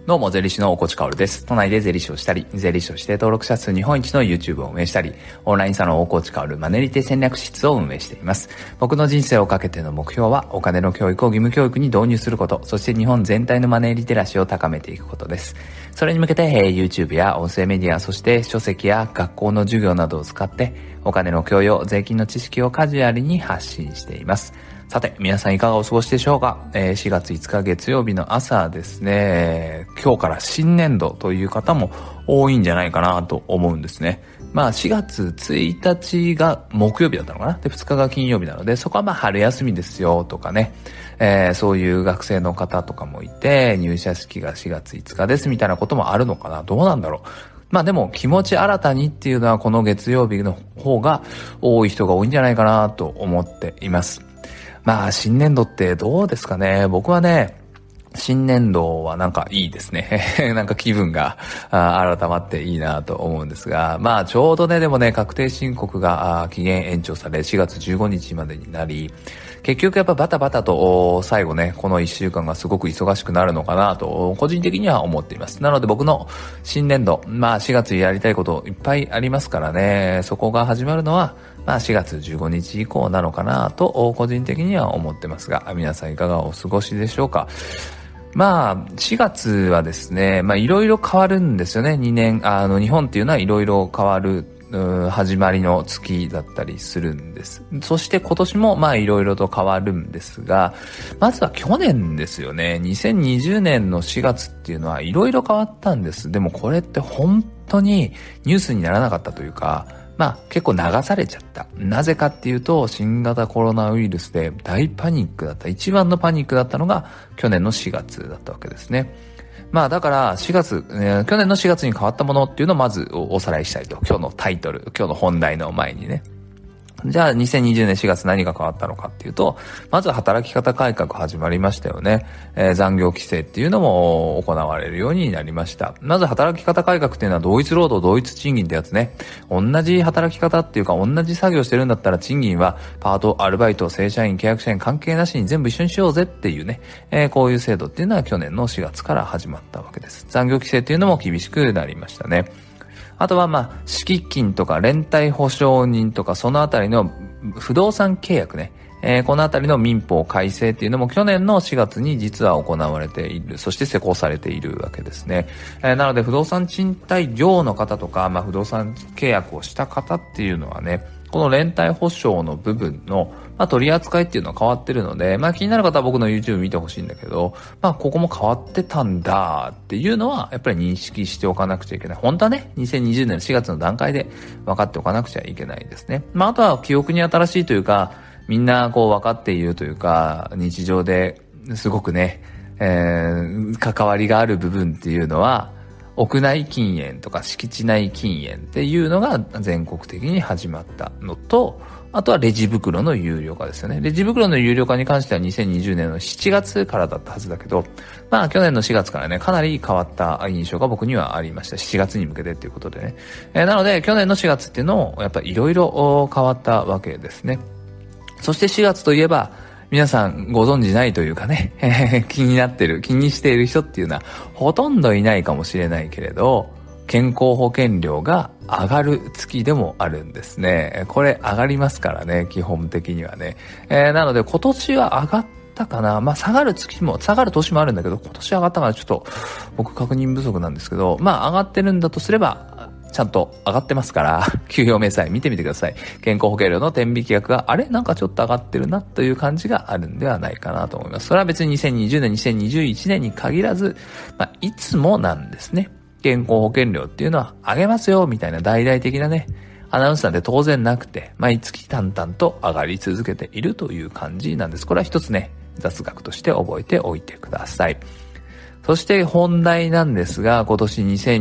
どうも、税理士の大河内薫です。都内で税理士をしたり、税理士として登録者数日本一の YouTube を運営したり、オンラインサロン大河内薫マネリテ戦略室を運営しています。僕の人生をかけての目標は、お金の教育を義務教育に導入すること、そして日本全体のマネーリテラシーを高めていくことです。それに向けて、YouTube や音声メディア、そして書籍や学校の授業などを使って、お金の教養、税金の知識をカジュアルに発信しています。さて、皆さんいかがお過ごしでしょうか。4月5日月曜日の朝ですね、今日から新年度という方も多いんじゃないかなと思うんですね。4月1日が木曜日だったのかな。で、2日が金曜日なので、そこは春休みですよとかね、そういう学生の方とかもいて、入社式が4月5日ですみたいなこともあるのかな。どうなんだろう。でも気持ち新たにっていうのはこの月曜日の方が多い人が多いんじゃないかなと思っています。新年度ってどうですかね。僕はね、新年度はなんかいいですね。なんか気分が改まっていいなと思うんですが、ちょうどね、でもね、確定申告が期限延長され4月15日までになり、結局やっぱバタバタと最後ね、この1週間がすごく忙しくなるのかなと個人的には思っています。なので僕の新年度、4月やりたいこといっぱいありますからね、そこが始まるのは4月15日以降なのかなと個人的には思ってますが、皆さんいかがお過ごしでしょうか。4月はですね、いろいろ変わるんですよね。2年、日本っていうのはいろいろ変わる始まりの月だったりするんです。そして今年もいろいろと変わるんですが、まずは去年ですよね。2020年の4月っていうのはいろいろ変わったんです。でもこれって本当にニュースにならなかったというか、結構流されちゃった。なぜかっていうと、新型コロナウイルスで大パニックだった。一番のパニックだったのが去年の4月だったわけですね。だから4月、去年の4月に変わったものっていうのをまずおさらいしたいと。今日のタイトル、今日の本題の前にね。じゃあ2020年4月何が変わったのかっていうと、まずは働き方改革始まりましたよね。残業規制っていうのも行われるようになりました。まず働き方改革っていうのは同一労働同一賃金ってやつね。同じ働き方っていうか同じ作業してるんだったら賃金はパート、アルバイト、正社員、契約社員関係なしに全部一緒にしようぜっていうね。こういう制度っていうのは去年の4月から始まったわけです。残業規制っていうのも厳しくなりましたね。あとは敷金とか連帯保証人とかそのあたりの不動産契約ね。このあたりの民法改正っていうのも去年の4月に実は行われている。そして施行されているわけですね。なので不動産賃貸業の方とか、不動産契約をした方っていうのはね、この連帯保証の部分の取り扱いっていうのは変わってるので、気になる方は僕の YouTube 見てほしいんだけど、ここも変わってたんだっていうのはやっぱり認識しておかなくちゃいけない。本当はね、2020年の4月の段階で分かっておかなくちゃいけないですね。あとは記憶に新しいというか、みんな分かっているというか、日常ですごくね、関わりがある部分っていうのは、屋内禁煙とか敷地内禁煙っていうのが全国的に始まったのと、あとはレジ袋の有料化ですよね。レジ袋の有料化に関しては2020年の7月からだったはずだけど、去年の4月からね、かなり変わった印象が僕にはありました。7月に向けてっていうことでね。なので、去年の4月っていうのも、やっぱりいろいろ変わったわけですね。そして4月といえば、皆さんご存知ないというかね、気にしている人っていうのはほとんどいないかもしれないけれど、健康保険料が上がる月でもあるんですね。これ上がりますからね、基本的にはね。なので今年は上がったかな。下がる年もあるんだけど、今年上がったからちょっと僕確認不足なんですけど、上がってるんだとすれば、ちゃんと上がってますから、給与明細見てみてください。健康保険料の天引き額が、なんかちょっと上がってるなという感じがあるんではないかなと思います。それは別に2020年、2021年に限らず、いつもなんですね。健康保険料っていうのは上げますよ、みたいな大々的なね、アナウンスなんて当然なくて、毎月淡々と上がり続けているという感じなんです。これは一つね、雑学として覚えておいてください。そして本題なんですが、今年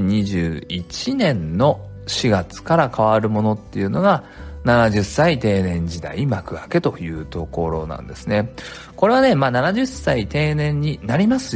2021年の4月から変わるものっていうのが、70歳定年時代幕開けというところなんですね。これはね、70歳定年になりますよっ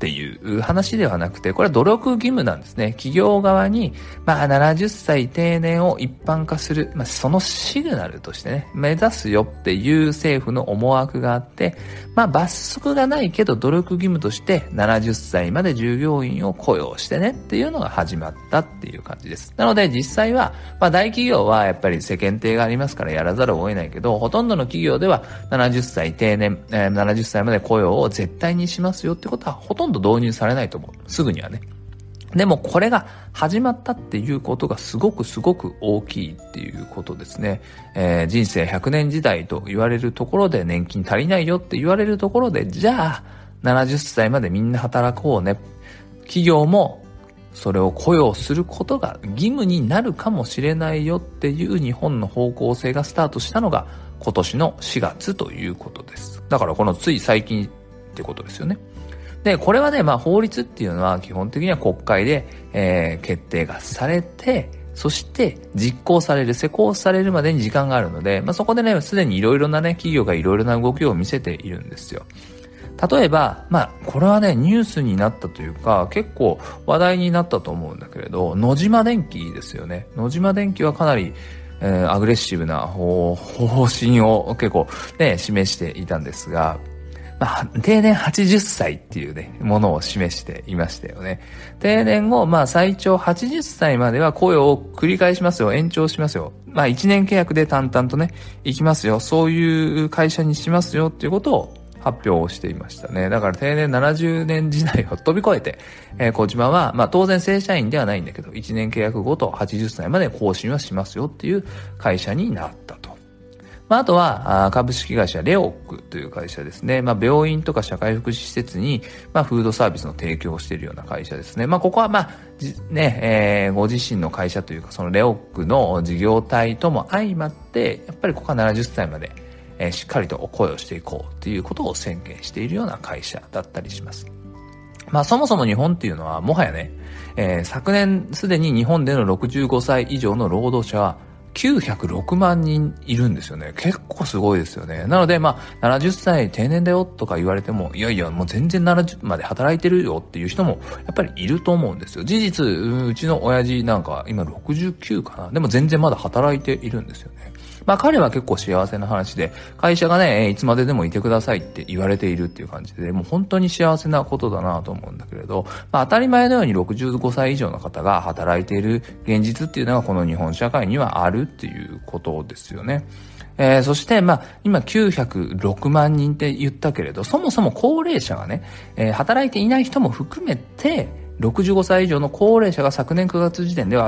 っていう話ではなくて、これは努力義務なんですね。企業側に、70歳定年を一般化する、そのシグナルとしてね、目指すよっていう政府の思惑があって、罰則がないけど努力義務として70歳まで従業員を雇用してねっていうのが始まったっていう感じです。なので実際は、大企業はやっぱり世間体がありますからやらざるを得ないけど、ほとんどの企業では70歳定年、70歳まで雇用を絶対にしますよってことはほとんど導入されないと思う。すぐにはね。でもこれが始まったっていうことがすごく大きいっていうことですね。人生100年時代と言われるところで年金足りないよって言われるところで、じゃあ70歳までみんな働こうね。企業もそれを雇用することが義務になるかもしれないよっていう日本の方向性がスタートしたのが今年の4月ということです。だからこのつい最近ってことですよね。で、これはね、法律っていうのは基本的には国会で、決定がされて、そして実行される、施行されるまでに時間があるので、そこでね、すでにいろいろなね、企業がいろいろな動きを見せているんですよ。例えば、これはね、ニュースになったというか、結構話題になったと思うんだけれど、野島電機ですよね。野島電機はかなり、アグレッシブな方針を結構ね、示していたんですが、定年80歳っていうね、ものを示していましたよね。定年後、最長80歳までは雇用を繰り返しますよ、延長しますよ。1年契約で淡々とね、行きますよ。そういう会社にしますよっていうことを発表をしていましたね。だから定年70年時代を飛び越えて、小島は、当然正社員ではないんだけど、1年契約ごと80歳まで更新はしますよっていう会社になったと。あとは、株式会社レオックという会社ですね。病院とか社会福祉施設に、フードサービスの提供をしているような会社ですね。ここはご自身の会社というか、そのレオックの事業体とも相まって、やっぱりここは70歳まで、しっかりと雇用していこうということを宣言しているような会社だったりします。そもそも日本っていうのは、もはやね、昨年すでに日本での65歳以上の労働者は、906万人いるんですよね。結構すごいですよね。なので70歳定年だよとか言われても、いやいやもう全然70まで働いてるよっていう人もやっぱりいると思うんですよ。事実、うちの親父なんか今69かな。でも全然まだ働いているんですよね。彼は結構幸せな話で、会社がね、いつまででもいてくださいって言われているっていう感じで、もう本当に幸せなことだなと思うんだけれど、当たり前のように65歳以上の方が働いている現実っていうのがこの日本社会にはあるっていうことですよね。そして、今906万人って言ったけれど、そもそも高齢者がね、働いていない人も含めて、65歳以上の高齢者が昨年9月時点では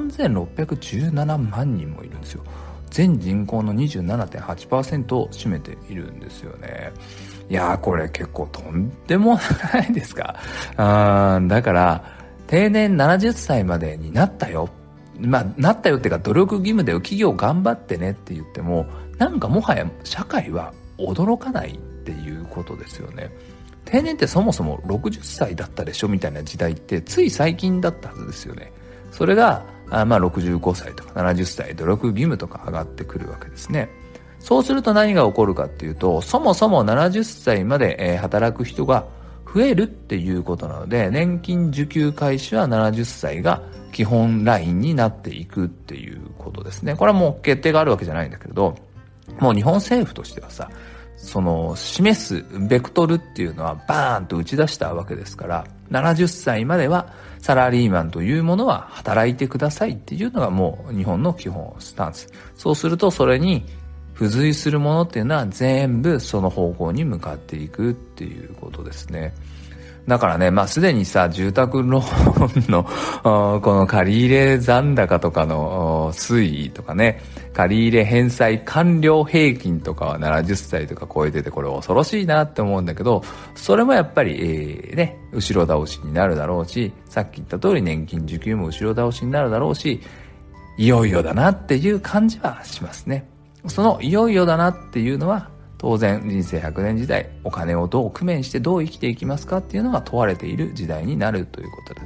3617万人もいるんですよ。全人口の 27.8% を占めているんですよね。いやー、これ結構とんでもないですか。だから定年70歳までになったよ。なったよっていうか努力義務で企業頑張ってねって言っても、なんかもはや社会は驚かないっていうことですよね。定年ってそもそも60歳だったでしょみたいな時代ってつい最近だったはずですよね。それが65歳とか70歳努力義務とか上がってくるわけですね。そうすると何が起こるかっていうと、そもそも70歳まで働く人が増えるっていうことなので、年金受給開始は70歳が基本ラインになっていくっていうことですね。これはもう決定があるわけじゃないんだけれど、もう日本政府としてはさ、その示すベクトルっていうのはバーンと打ち出したわけですから、70歳まではサラリーマンというものは働いてくださいっていうのがもう日本の基本スタンス。そうするとそれに付随するものっていうのは全部その方向に向かっていくっていうことですね。だからね、すでにさ、住宅ローンの、この借入残高とかの推移とかね、借入返済完了平均とかは70歳とか超えてて、これ恐ろしいなって思うんだけど、それもやっぱり、後ろ倒しになるだろうし、さっき言った通り年金受給も後ろ倒しになるだろうし、いよいよだなっていう感じはしますね。そのいよいよだなっていうのは、当然人生100年時代、お金をどう工面してどう生きていきますかっていうのが問われている時代になるということです。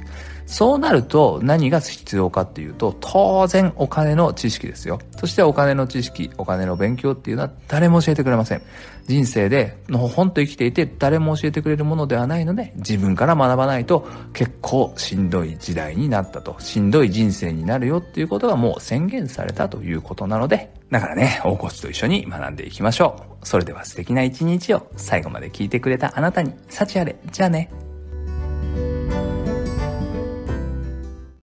そうなると何が必要かっていうと、当然お金の知識ですよ。そしてお金の知識、お金の勉強っていうのは誰も教えてくれません。 人生でのほんと生きていて誰も教えてくれるものではないので、自分から学ばないと結構しんどい時代になったと、しんどい人生になるよっていうことがもう宣言されたということなので、だからね、大河内と一緒に学んでいきましょう。それでは素敵な一日を最後まで聞いてくれたあなたに幸あれ。じゃあね。